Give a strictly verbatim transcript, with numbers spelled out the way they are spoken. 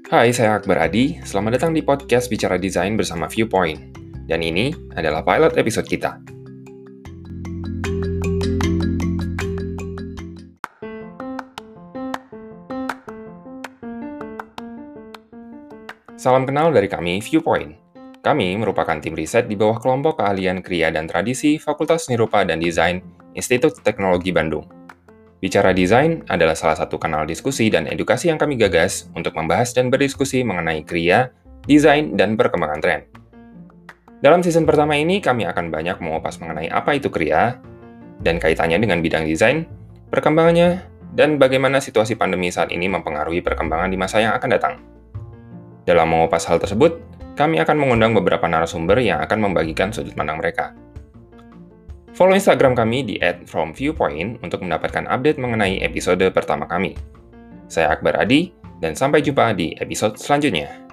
Hai, saya Akbar Adi. Selamat datang di podcast Bicara Desain bersama Viewpoint. Dan ini adalah pilot episode kita. Salam kenal dari kami, Viewpoint. Kami merupakan tim riset di bawah kelompok keahlian Kriya dan Tradisi Fakultas Seni Rupa dan Desain Institut Teknologi Bandung. Bicara Desain adalah salah satu kanal diskusi dan edukasi yang kami gagas untuk membahas dan berdiskusi mengenai kriya, desain, dan perkembangan tren. Dalam season pertama ini, kami akan banyak mengupas mengenai apa itu kriya, dan kaitannya dengan bidang desain, perkembangannya, dan bagaimana situasi pandemi saat ini mempengaruhi perkembangan di masa yang akan datang. Dalam mengupas hal tersebut, kami akan mengundang beberapa narasumber yang akan membagikan sudut pandang mereka. Follow Instagram kami di at from viewpoint untuk mendapatkan update mengenai episode pertama kami. Saya Akbar Adi, dan sampai jumpa di episode selanjutnya.